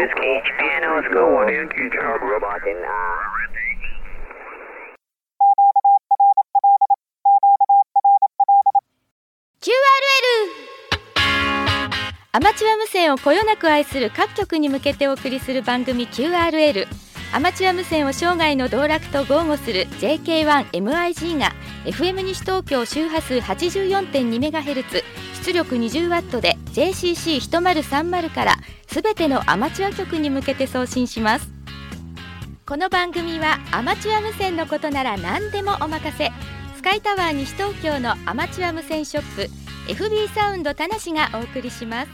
アマチュア無線をこよなく愛する各局に向けてお送りする番組 QRL。 アマチュア無線を生涯の道楽と豪語する JK1MIG が FM 西東京周波数 84.2MHz 出力 20W で JCC1030 からすべてのアマチュア局に向けて送信します。この番組はアマチュア無線のことなら何でもお任せ、スカイタワー西東京のアマチュア無線ショップ FB サウンド田無がお送りします。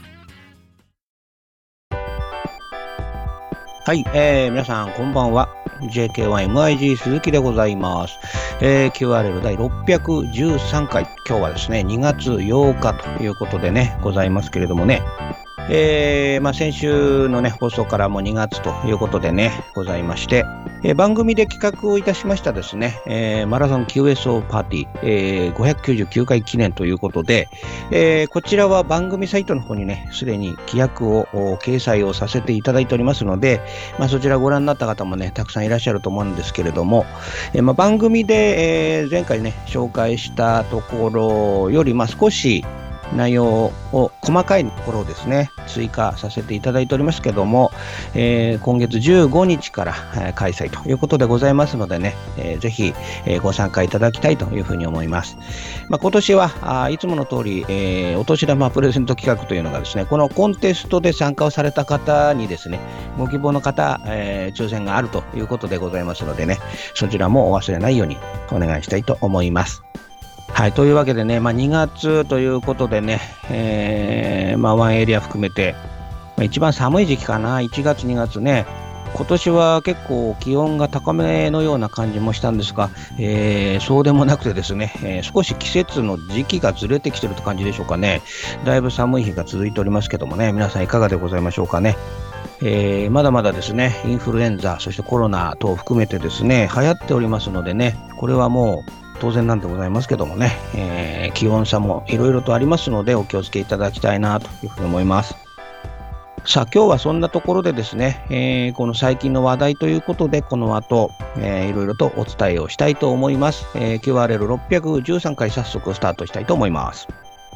はい、皆さんこんばんは。 JK1MIG 鈴木でございます。QRL 第613回、今日はですね2月8日ということでねございますけれどもね、先週のね放送からも2月ということでねございまして、番組で企画をいたしましたですね、マラソン QSO パーティー、599回記念ということで、こちらは番組サイトの方にねすでに規約を掲載をさせていただいておりますので、そちらご覧になった方もねたくさんいらっしゃると思うんですけれども、番組で、前回ね紹介したところより少し内容を細かいところをですね追加させていただいておりますけども、今月15日から開催ということでございますのでね、ぜひ、ご参加いただきたいというふうに思います。今年はいつもの通り、お年玉プレゼント企画というのがですね、このコンテストで参加をされた方にですねご希望の方、抽選があるということでございますのでね、そちらもお忘れないようにお願いしたいと思います。はい、というわけでね、2月ということでね、ワンエリア含めて、一番寒い時期かな、1月2月ね。今年は結構気温が高めのような感じもしたんですが、そうでもなくてですね、少し季節の時期がずれてきてると感じでしょうかね。だいぶ寒い日が続いておりますけどもね、皆さんいかがでございましょうかね。まだまだですね、インフルエンザ、そしてコロナ等を含めてですね、流行っておりますのでね、これはもう当然なんでございますけどもね、気温差もいろいろとありますのでお気をつけいただきたいなというふうに思います。さあ今日はそんなところでですね、この最近の話題ということでこの後、いろいろとお伝えをしたいと思います。QRL613 回早速スタートしたいと思います。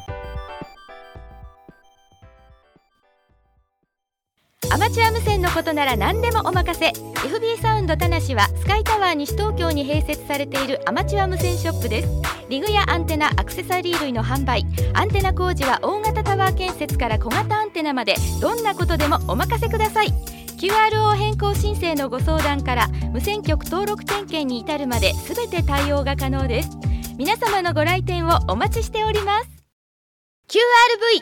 アマチュア無線のことなら何でもお任せ。 FB サウンド田無はスカイタワー西東京に併設されているアマチュア無線ショップです。リグやアンテナ、アクセサリー類の販売、アンテナ工事は大型タワー建設から小型アンテナまでどんなことでもお任せください。 QRO 変更申請のご相談から無線局登録点検に至るまで全て対応が可能です。皆様のご来店をお待ちしております。 QRV。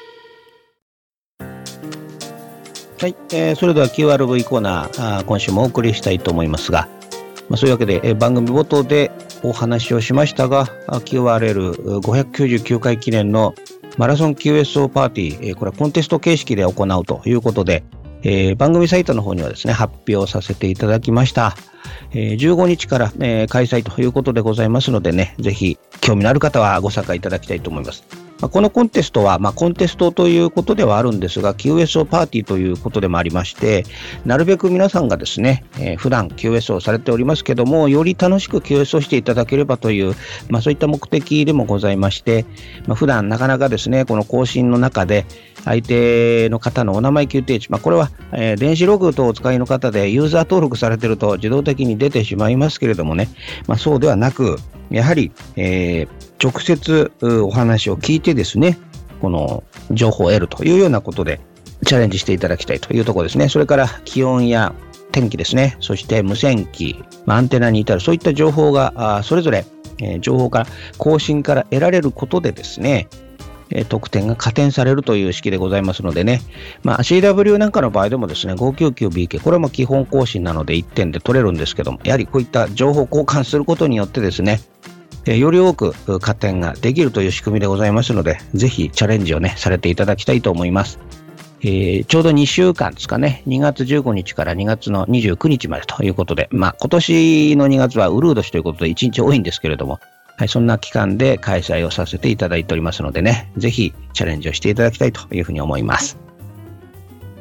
はい、それでは QRV コーナー、今週もお送りしたいと思いますが、そういうわけで、番組冒頭でお話をしましたが、QRL599 回記念のマラソン QSO パーティー、これはコンテスト形式で行うということで、番組サイトの方にはですね発表させていただきました。15日から、開催ということでございますのでね、ぜひ興味のある方はご参加いただきたいと思います。このコンテストは、コンテストということではあるんですが QSO パーティーということでもありまして、なるべく皆さんがですね、普段 QSO をされておりますけどもより楽しく QSO していただければという、そういった目的でもございまして、普段なかなかですねこの更新の中で相手の方のお名前規定値、これは、電子ログ等をお使いの方でユーザー登録されていると自動的に出てしまいますけれどもね、そうではなくやはり、直接お話を聞いてですねこの情報を得るというようなことでチャレンジしていただきたいというところですね。それから気温や天気ですね、そして無線機、アンテナに至るそういった情報がそれぞれ、情報から更新から得られることでですね得点が加点されるという式でございますのでね、CW なんかの場合でもですね 599BK これも基本更新なので1点で取れるんですけども、やはりこういった情報交換することによってですねより多く加点ができるという仕組みでございますので、ぜひチャレンジをねされていただきたいと思います。ちょうど2週間ですかね、2月15日から2月の29日までということで、今年の2月はウルー年ということで1日多いんですけれども、そんな期間で開催をさせていただいておりますのでね、ぜひチャレンジをしていただきたいというふうに思います。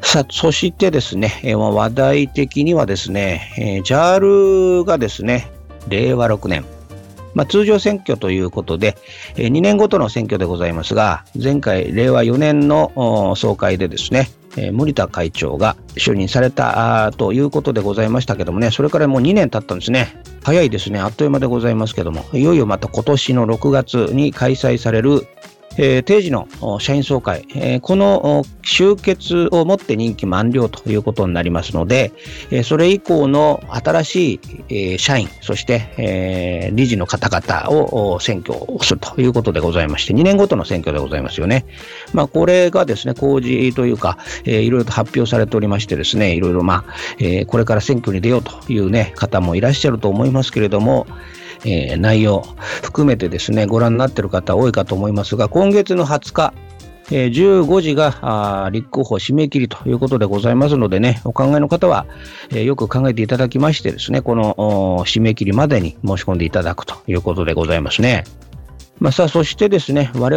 さあ、そしてですね、話題的にはですね、JAL がですね、令和6年、通常選挙ということで、2年ごとの選挙でございますが、前回、令和4年の総会でですね、森田会長が就任されたということでございましたけどもね、それからもう2年経ったんですね。早いですね、あっという間でございますけども、いよいよまた今年の6月に開催される定時の社員総会、この終結をもって任期満了ということになりますので、それ以降の新しい社員、そして理事の方々を選挙をするということでございまして、2年ごとの選挙でございますよね。これがですね、公示というか、いろいろと発表されておりましてですね、いろいろこれから選挙に出ようというね、方もいらっしゃると思いますけれども、内容含めてですね、ご覧になっている方多いかと思いますが、今月の20日、15時が立候補締め切りということでございますのでね、お考えの方は、よく考えていただきましてですね、この締め切りまでに申し込んでいただくということでございますね。さあ、そしてですね、我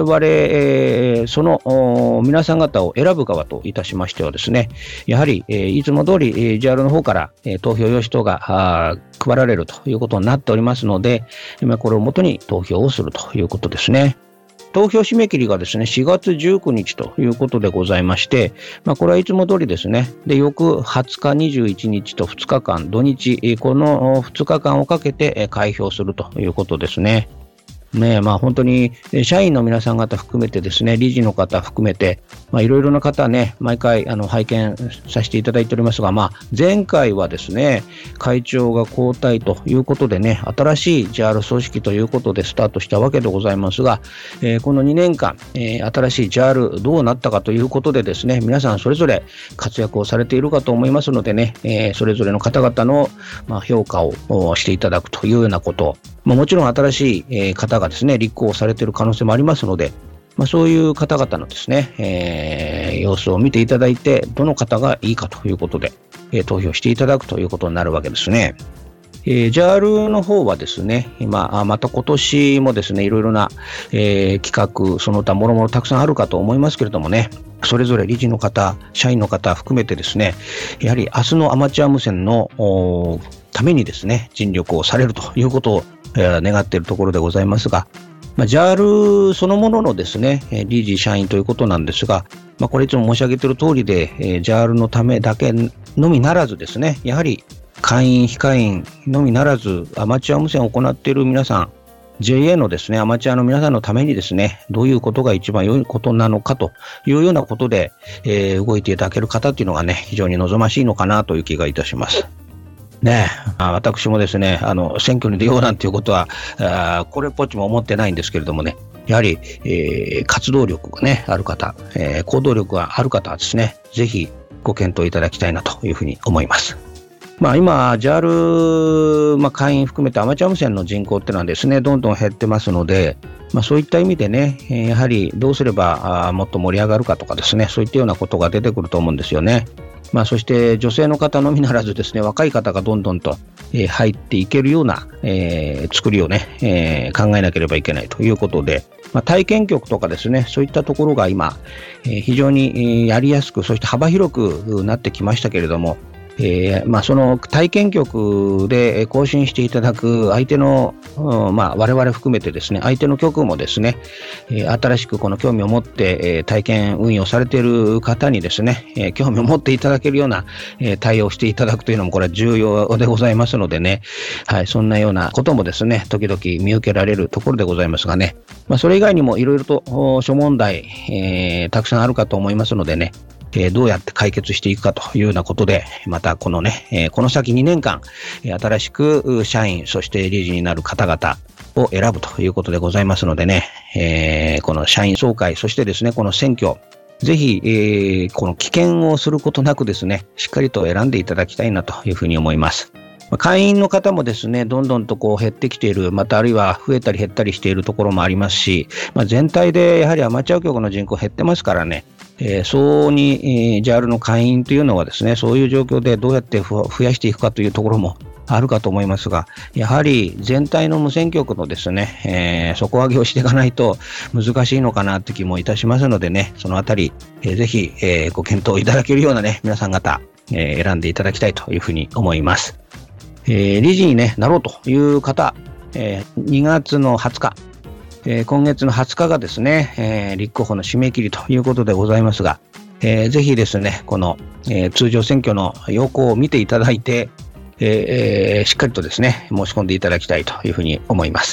々、その皆さん方を選ぶ側といたしましてはですね、やはり、いつも通り JAL の方から投票用紙等が配られるということになっておりますので、これをもとに投票をするということですね。投票締め切りがですね、4月19日ということでございまして、これはいつも通りですね。で、翌20日、21日と2日間、土日、この2日間をかけて開票するということですね。本当に社員の皆さん方含めてですね、理事の方含めて、いろいろな方ね、毎回拝見させていただいておりますが、前回はですね、会長が交代ということでね、新しい JAL 組織ということでスタートしたわけでございますが、この2年間、新しい JAL どうなったかということでですね、皆さんそれぞれ活躍をされているかと思いますのでね、それぞれの方々の評価をしていただくというようなこと、もちろん新しい方がですね、立候補されている可能性もありますので、そういう方々のですね、様子を見ていただいて、どの方がいいかということで、投票していただくということになるわけですね。JAL の方はですね、また今年もですね、いろいろな、企画、その他もろもろたくさんあるかと思いますけれどもね、それぞれ理事の方、社員の方含めてですね、やはり明日のアマチュア無線のためにですね、尽力をされるということを願っているところでございますが、JAL そのもののですね、理事社員ということなんですが、これいつも申し上げている通りで、JAL のためだけのみならずですね、やはり会員、非会員のみならず、アマチュア無線を行っている皆さん、JA のですね、アマチュアの皆さんのためにですね、どういうことが一番良いことなのかというようなことで、動いていただける方っていうのがね、非常に望ましいのかなという気がいたします。私もですね、選挙に出ようなんていうことは、これっぽっちも思ってないんですけれどもね、やはり、活動力がね、ある方、行動力がある方はですね、ぜひご検討いただきたいなというふうに思います。今、JAL、会員含めてアマチュア無線の人口っていうのはですね、どんどん減ってますので、そういった意味でね、やはりどうすればもっと盛り上がるかとかですね、そういったようなことが出てくると思うんですよね。そして女性の方のみならずですね、若い方がどんどんと入っていけるような作りをね、考えなければいけないということで、体験局とかですね、そういったところが今、非常にやりやすく、そして幅広くなってきましたけれども、その体験局で更新していただく相手の、我々含めてですね、相手の局もですね、新しくこの興味を持って、体験運用されている方にですね、興味を持っていただけるような、対応をしていただくというのもこれは重要でございますのでね、そんなようなこともですね、時々見受けられるところでございますがね、それ以外にもいろいろと諸問題、たくさんあるかと思いますのでね、どうやって解決していくかというようなことで、またこのね、この先2年間、新しく社員、そして理事になる方々を選ぶということでございますのでね、この社員総会、そしてですね、この選挙、ぜひ、この棄権をすることなくですね、しっかりと選んでいただきたいなというふうに思います。会員の方もですね、どんどんと減ってきている、またあるいは増えたり減ったりしているところもありますし、全体でやはりアマチュア局の人口減ってますからね、相応に JAL の会員というのはですね、そういう状況でどうやって増やしていくかというところもあるかと思いますが、やはり全体の無線局のですね、底上げをしていかないと難しいのかなという気もいたしますのでね、そのあたり、ぜひ、ご検討いただけるようなね、皆さん方、選んでいただきたいというふうに思います。理事に、ね、なろうという方、2月の20日、今月の20日がですね、立候補の締め切りということでございますが、ぜひですね、この、通常選挙の要項を見ていただいて、しっかりとですね、申し込んでいただきたいというふうに思います。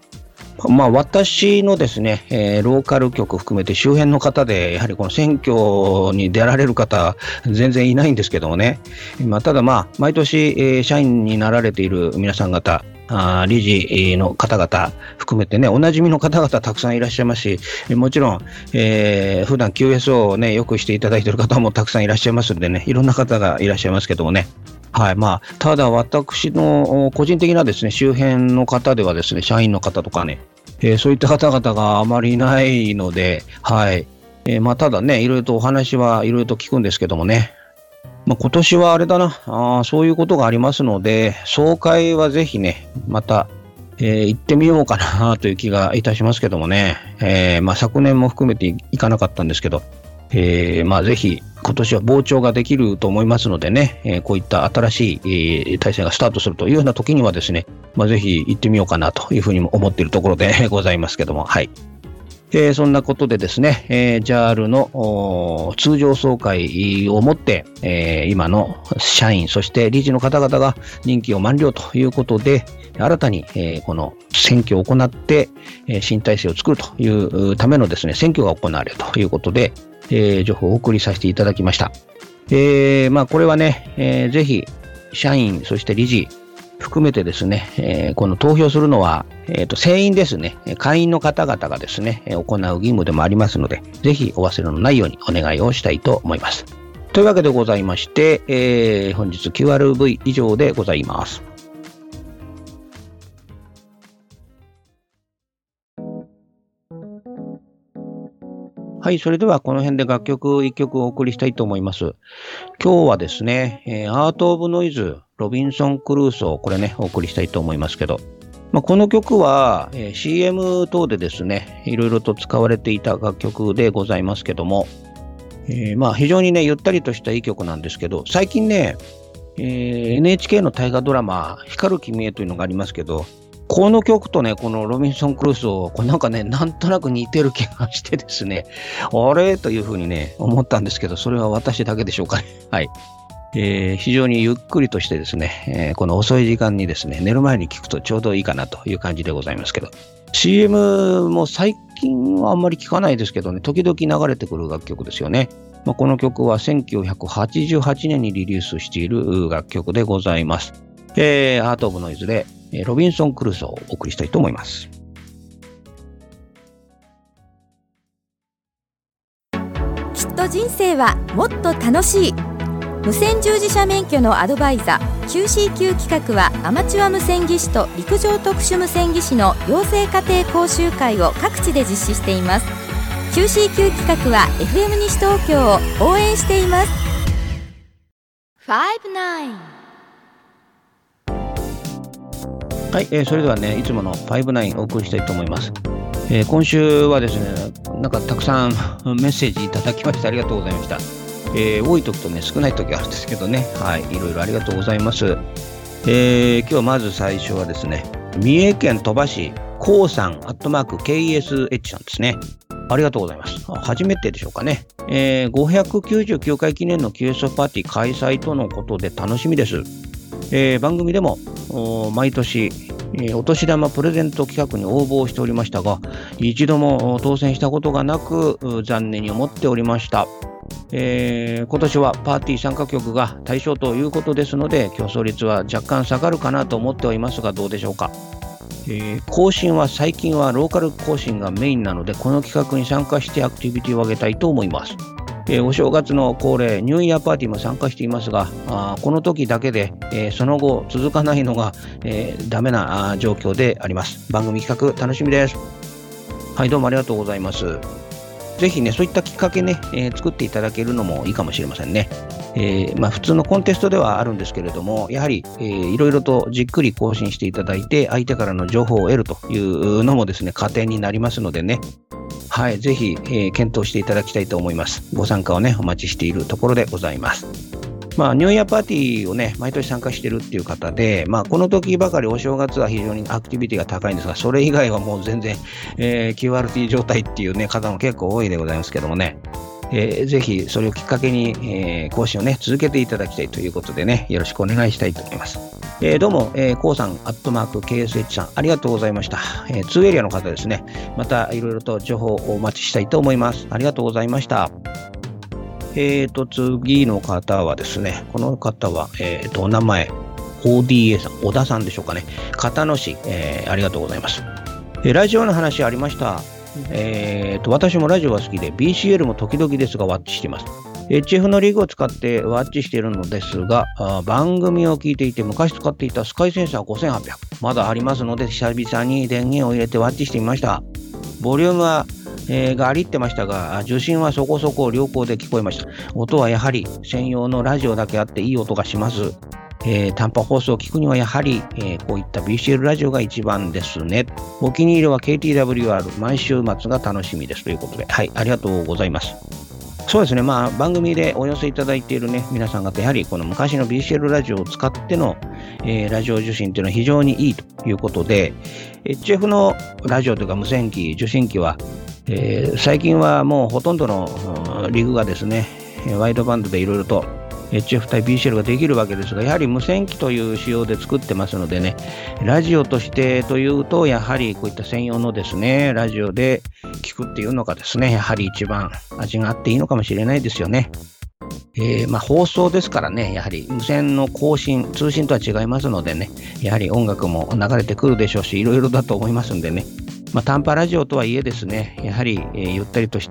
私のですね、ローカル局含めて周辺の方で、やはりこの選挙に出られる方、全然いないんですけどもね、ただ毎年、社員になられている皆さん方、理事の方々含めてね、おなじみの方々たくさんいらっしゃいますし、もちろん、普段 QSO をね、よくしていただいている方もたくさんいらっしゃいますんでね、いろんな方がいらっしゃいますけどもね。はい、ただ私の個人的なですね、周辺の方ではですね、社員の方とかね、そういった方々があまりいないので、はい。ただね、いろいろとお話はいろいろと聞くんですけどもね、今年はあれだな、そういうことがありますので、総会はぜひね、また、行ってみようかなという気がいたしますけどもね、昨年も含めて行かなかったんですけど、ぜひ今年は傍聴ができると思いますのでね、こういった新しい、体制がスタートするというような時にはですね、ぜひ行ってみようかなというふうにも思っているところでございますけども、はい。そんなことでですね、JAL の通常総会をもって、今の社員、そして理事の方々が任期を満了ということで、新たに、この選挙を行って、新体制を作るというためのですね、選挙が行われるということで、情報をお送りさせていただきました。これはね、ぜひ社員、そして理事含めてですね、この投票するのは、全員ですね、会員の方々がですね、行う義務でもありますので、ぜひお忘れのないようにお願いをしたいと思います。というわけでございまして、本日 QRV 以上でございます。はい、それではこの辺で楽曲1曲お送りしたいと思います。今日はですね、アート・オブ・ノイズ、ロビンソン・クルーソー、これね、お送りしたいと思いますけど、この曲は、CM 等でですね、いろいろと使われていた楽曲でございますけども、非常にね、ゆったりとしたいい曲なんですけど、最近ね、NHK の大河ドラマ、光る君へというのがありますけど、この曲とね、このロビンソン・クルーソー、これなんかね、なんとなく似てる気がしてですね、あれというふうにね、思ったんですけど、それは私だけでしょうかね。はい。非常にゆっくりとしてですね、この遅い時間にですね、寝る前に聞くとちょうどいいかなという感じでございますけど、CM も最近はあんまり聞かないですけどね、時々流れてくる楽曲ですよね。この曲は1988年にリリースしている楽曲でございます。アート・オブ・ノイズでロビンソン・クルーソーをお送りしたいと思います。 きっと人生はもっと楽しい。無線従事者免許のアドバイザー QCQ 企画はアマチュア無線技師と陸上特殊無線技師の養成家庭講習会を各地で実施しています。 QCQ 企画は FM 西東京を応援しています。59 はい、それではね、いつもの59をお送りしたいと思います。今週はですね、なんかたくさんメッセージいただきましてありがとうございました。多い時とね、少ない時あるんですけどね、はい、いろいろありがとうございます。今日まず最初はですね、三重県鳥羽市こうさん@KSH さんですね。ありがとうございます。初めてでしょうかね。599回記念の QSO パーティー開催とのことで楽しみです。番組でも毎年、お年玉プレゼント企画に応募しておりましたが、一度も当選したことがなく残念に思っておりました。今年はパーティー参加局が対象ということですので、競争率は若干下がるかなと思っておりますが、どうでしょうか。更新は最近はローカル更新がメインなので、この企画に参加してアクティビティを上げたいと思います。お正月の恒例ニューイヤーパーティーも参加していますが、この時だけで、その後続かないのが、ダメな状況であります。番組企画楽しみです。はい、どうもありがとうございます。 ぜひね、そういったきっかけね、作っていただけるのもいいかもしれませんね。普通のコンテストではあるんですけれども、やはり、いろいろとじっくり更新していただいて、相手からの情報を得るというのもですね、過程になりますのでね、はい、ぜひ、検討していただきたいと思います。ご参加をね、お待ちしているところでございます。ニューイヤーパーティーをね、毎年参加しているっていう方で、この時ばかりお正月は非常にアクティビティが高いんですが、それ以外はもう全然、QRT 状態っていうね、方も結構多いでございますけどもね、ぜひそれをきっかけに、更新をね、続けていただきたいということでね、よろしくお願いしたいと思います。どうも、こうさん、@KSH さん、ありがとうございました。2エリアの方ですね、またいろいろと情報をお待ちしたいと思います。ありがとうございました。次の方はですね、この方は、お名前、ODA さん、小田さんでしょうかね。片野市、ありがとうございます。ラジオの話ありました。私もラジオが好きで、BCL も時々ですが、ワッチしています。HF のリグを使ってワッチしているのですが、番組を聞いていて、昔使っていたスカイセンサー5800、まだありますので、久々に電源を入れてワッチしてみました。ボリュームはがありってましたが、受信はそこそこ良好で聞こえました。音はやはり専用のラジオだけあっていい音がします。短波放送を聞くにはやはり、こういった BCL ラジオが一番ですね。お気に入りは KTWR 毎週末が楽しみですということで、はい、ありがとうございます。そうですね、番組でお寄せいただいているね、皆さん方、やはりこの昔の BCL ラジオを使っての、ラジオ受信というのは非常にいいということで、HF のラジオというか無線機、受信機は、最近はもうほとんどのリグがですね、ワイドバンドでいろいろと HF 対 BCL ができるわけですが、やはり無線機という仕様で作ってますのでね、ラジオとしてというと、やはりこういった専用のですね、ラジオで聞くっていうのがですね、やはり一番味があっていいのかもしれないですよね。放送ですからね、やはり無線の更新、通信とは違いますのでね、やはり音楽も流れてくるでしょうし、いろいろだと思いますんでね、短波ラジオとはいえですね、やはり、ゆったりとして、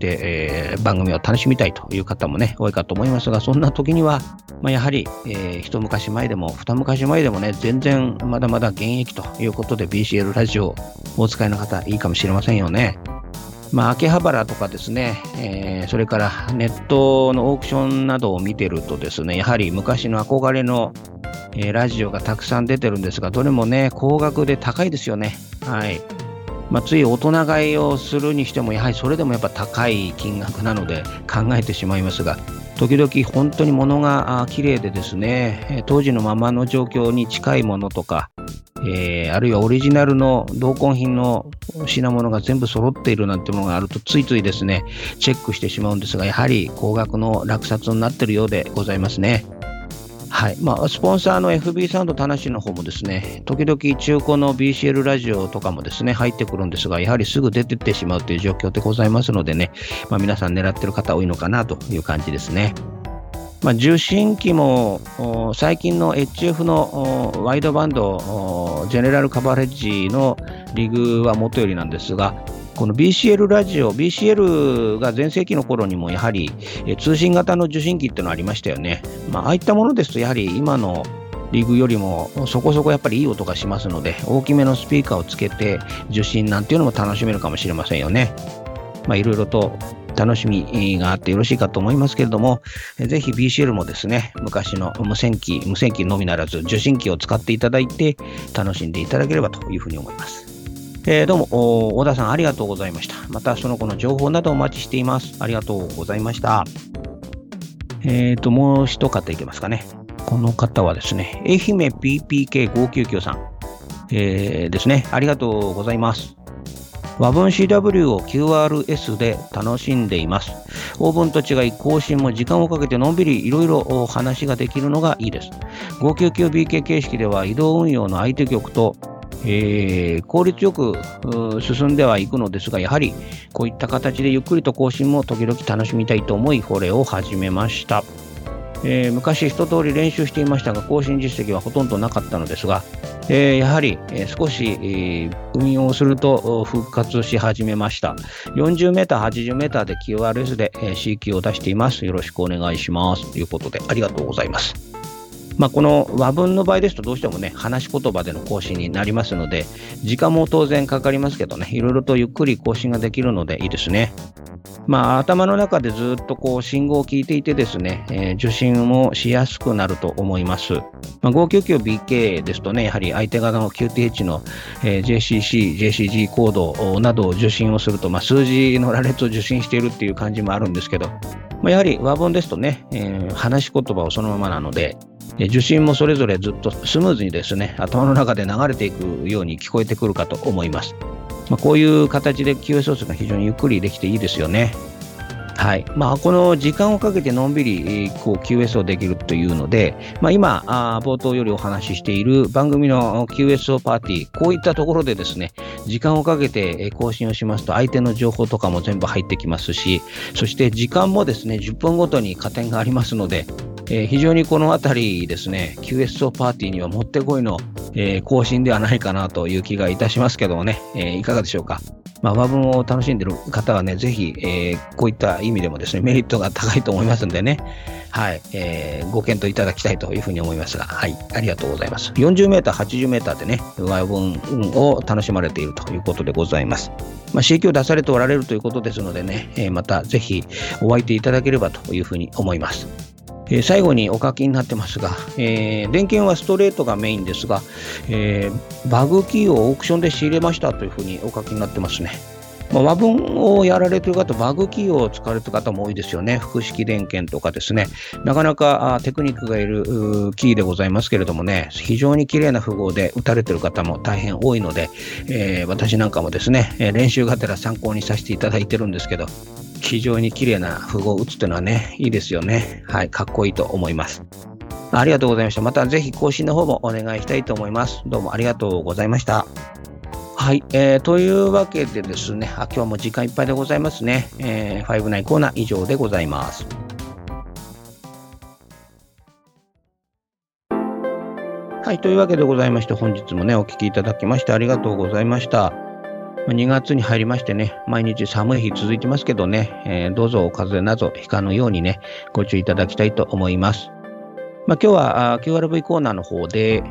番組を楽しみたいという方もね、多いかと思いますが、そんな時には、やはり、一昔前でも二昔前でもね、全然まだまだ現役ということで BCL ラジオをお使いの方いいかもしれませんよね。秋葉原とかですね、それからネットのオークションなどを見てるとですね、やはり昔の憧れの、ラジオがたくさん出てるんですが、どれもね、高額で高いですよね。はい。つい大人買いをするにしても、やはりそれでもやっぱ高い金額なので考えてしまいますが、時々本当に物が綺麗でですね、当時のままの状況に近いものとか、あるいはオリジナルの同梱品の品物が全部揃っているなんてものがあると、ついついですね、チェックしてしまうんですが、やはり高額の落札になっているようでございますね。はい。スポンサーの FB サウンド田無の方もですね、時々中古の BCL ラジオとかもですね、入ってくるんですが、やはりすぐ出てってしまうという状況でございますのでね、皆さん狙ってる方多いのかなという感じですね。受信機も最近の HF のワイドバンドジェネラルカバレッジのリグは元よりなんですが、この BCL ラジオ、BCL が全盛期の頃にもやはり通信型の受信機っていうのありましたよね。ああいったものですとやはり今のリグよりもそこそこやっぱりいい音がしますので、大きめのスピーカーをつけて受信なんていうのも楽しめるかもしれませんよね。いろいろと楽しみがあってよろしいかと思いますけれども、ぜひ BCL もですね、昔の無線機のみならず受信機を使っていただいて楽しんでいただければというふうに思います。どうも小田さんありがとうございました。またその後の情報などお待ちしています。ありがとうございました。もう一方いけますかね。この方はですね、愛媛 PPK599 さん、ですね、ありがとうございます。和文 CW を QRS で楽しんでいます。オーブンと違い更新も時間をかけてのんびりいろいろ話ができるのがいいです。599BK 形式では移動運用の相手局と効率よく進んではいくのですが、やはりこういった形でゆっくりと更新も時々楽しみたいと思いフォレを始めました。昔一通り練習していましたが、更新実績はほとんどなかったのですが、やはり少し運用すると復活し始めました。40m、80m で QRS で CQ を出しています。よろしくお願いしますということで、ありがとうございます。 この和文の場合ですとどうしてもね話し言葉での更新になりますので、時間も当然かかりますけどね、いろいろとゆっくり更新ができるのでいいですね。頭の中でずっと信号を聞いていてですね、受信もしやすくなると思います。599BK ですとね、やはり相手方の QTH の、JCC、JCG コードなどを受信をすると、数字の羅列を受信しているっていう感じもあるんですけど、やはり和文ですとね、話し言葉をそのままなので、受信もそれぞれずっとスムーズにですね、頭の中で流れていくように聞こえてくるかと思います。こういう形で QS 操作が非常にゆっくりできていいですよね。はい。この時間をかけてのんびりQS をできるというので、今冒頭よりお話ししている番組の QSO パーティー、こういったところでですね、時間をかけて更新をしますと相手の情報とかも全部入ってきますし、そして時間もですね、10分ごとに加点がありますので、非常にこのあたりですね、QSO パーティーにはもってこいの、更新ではないかなという気がいたしますけどもね、いかがでしょうか。和文を楽しんでいる方はね、ぜひ、こういった意味でもですね、メリットが高いと思いますんでね、はい、ご検討いただきたいというふうに思いますが、はい、ありがとうございます。40m、80m でね、和文を楽しまれているということでございます。刺激を出されておられるということですのでね、またぜひお相手いただければというふうに思います。最後にお書きになってますが、電源はストレートがメインですが、バグキーをオークションで仕入れましたというふうにお書きになってますね。和文をやられている方、バグキーを使われている方も多いですよね。複式電源とかですね、なかなかテクニックがいるキーでございますけれどもね、非常に綺麗な符号で打たれている方も大変多いので、私なんかもですね、練習がてら参考にさせていただいてるんですけど、非常に綺麗な符号を打つというのはね、いいですよね。はい、かっこいいと思います。ありがとうございました。またぜひ更新の方もお願いしたいと思います。どうもありがとうございました。はい、というわけでですね、今日も時間いっぱいでございますね。59コーナー以上でございます。はい、というわけでございまして、本日もね、お聞きいただきましてありがとうございました。2月に入りましてね、毎日寒い日続いてますけどね、どうぞお風邪などひかぬようにね、ご注意いただきたいと思います。今日はQRV コーナーの方で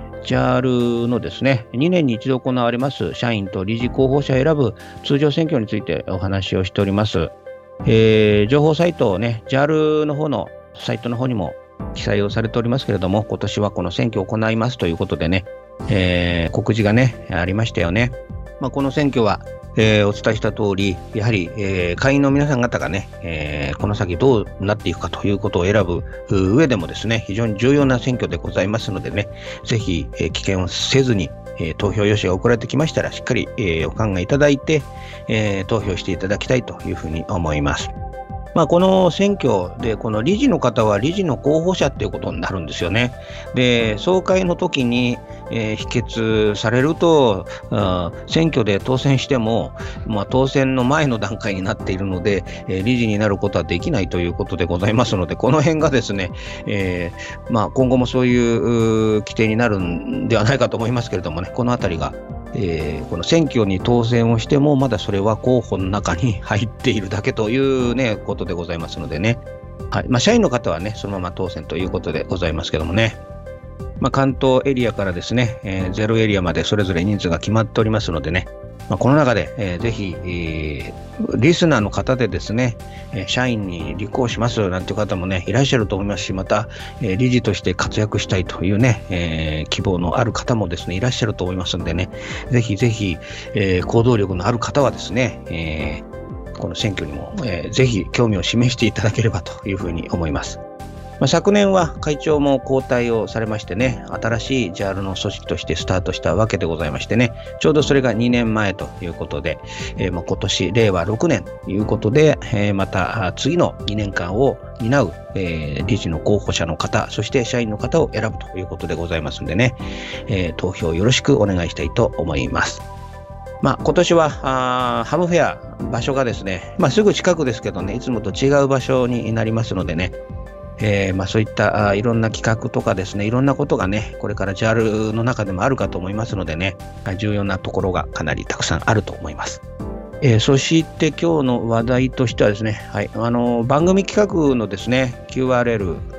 JAL のですね、2年に一度行われます社員と理事候補者を選ぶ通常選挙についてお話をしております。情報サイトをね、JAL の方のサイトの方にも記載をされておりますけれども、今年はこの選挙を行いますということでね、告示がね、ありましたよね。この選挙は、お伝えした通り、やはり、会員の皆さん方がね、この先どうなっていくかということを選ぶ上でもですね、非常に重要な選挙でございますのでね、ぜひ、棄権をせずに、投票用紙が送られてきましたら、しっかり、お考えいただいて、投票していただきたいというふうに思います。この選挙で、この理事の方は理事の候補者っていうことになるんですよね。で、総会の時に、否決されると、選挙で当選しても、当選の前の段階になっているので、理事になることはできないということでございますので、この辺がですね、今後もそういう規定になるんではないかと思いますけれどもね、このあたりが、この選挙に当選をしてもまだそれは候補の中に入っているだけというねことでございますのでね、はい、社員の方はねそのまま当選ということでございますけどもね、関東エリアからですね、0エリアまでそれぞれ人数が決まっておりますのでね、この中で、ぜひ、リスナーの方でですね、社員に立候補しますなんていう方もねいらっしゃると思いますし、また、理事として活躍したいというね、希望のある方もですねいらっしゃると思いますのでね、ぜひぜひ、行動力のある方はですね、この選挙にも、ぜひ興味を示していただければというふうに思います。昨年は会長も交代をされましてね、新しい JAL の組織としてスタートしたわけでございましてね、ちょうどそれが2年前ということで、今年令和6年ということで、また次の2年間を担う、理事の候補者の方、そして社員の方を選ぶということでございますのでね、投票よろしくお願いしたいと思います。今年はハムフェア場所がですね、すぐ近くですけどね、いつもと違う場所になりますのでね、そういったいろんな企画とかですね、いろんなことがね、これから JAL の中でもあるかと思いますのでね、重要なところがかなりたくさんあると思います。そして今日の話題としてはですね、はい、番組企画のですね、QRL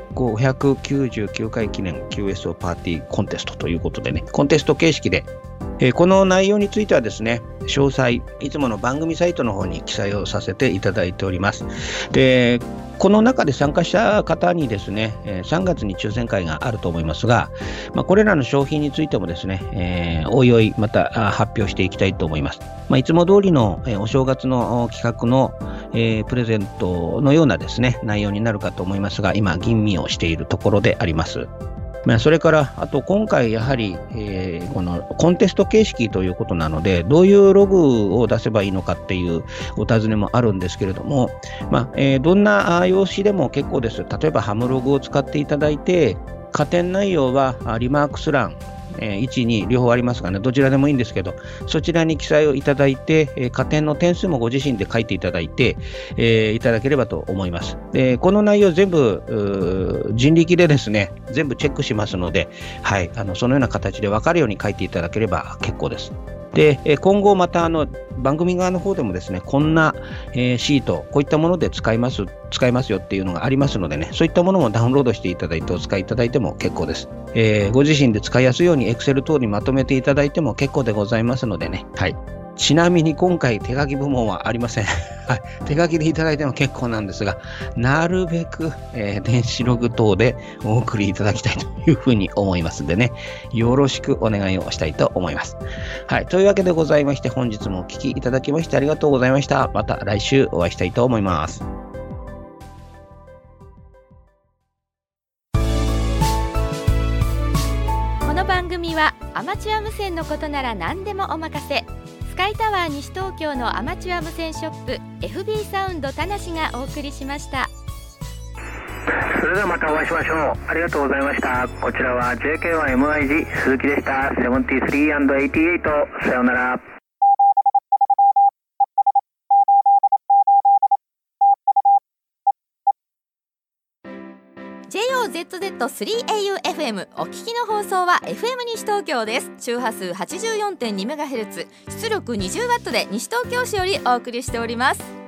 599回記念 QSO パーティーコンテストということでね、コンテスト形式で、この内容についてはですね、詳細、いつもの番組サイトの方に記載をさせていただいております。で、この中で参加した方にですね、3月に抽選会があると思いますが、これらの商品についてもですね、おいおいまた発表していきたいと思います。いつも通りのお正月の企画のプレゼントのようなですね、内容になるかと思いますが、今、吟味をしているところであります。それから、あと今回やはり、このコンテスト形式ということなので、どういうログを出せばいいのかっていうお尋ねもあるんですけれども、どんな用紙でも結構です。例えばハムログを使っていただいて、加点内容はリマークス欄、1、2両方ありますがね、どちらでもいいんですけど、そちらに記載をいただいて、加点の点数もご自身で書いていただいて、いただければと思います。で、この内容全部人力でですね、全部チェックしますので、はい、そのような形で分かるように書いていただければ結構です。で、今後また番組側の方でもですね、こんな、シート、こういったもので使いますよっていうのがありますのでね、そういったものもダウンロードしていただいてお使いいただいても結構です。ご自身で使いやすいように Excel 等にまとめていただいても結構でございますのでね。はい。ちなみに今回手書き部門はありません。はい、手書きでいただいても結構なんですが、なるべく、電子ログ等でお送りいただきたいというふうに思いますのでね、よろしくお願いをしたいと思います。はい、というわけでございまして、本日もお聞きいただきましてありがとうございました。また来週お会いしたいと思います。 この番組はアマチュア無線のことなら何でもお任せ、スカイタワー西東京のアマチュア無線ショップ FB サウンド田無がお送りしました。 それではまたお会いしましょう。ありがとうございました。こちらは JK1MIG 鈴木でした。73&88、さようなら。 JOZZ3AUFM お聞きの放送は FM 西東京です。周波数 84.2MHz、出力 20W で西東京市よりお送りしております。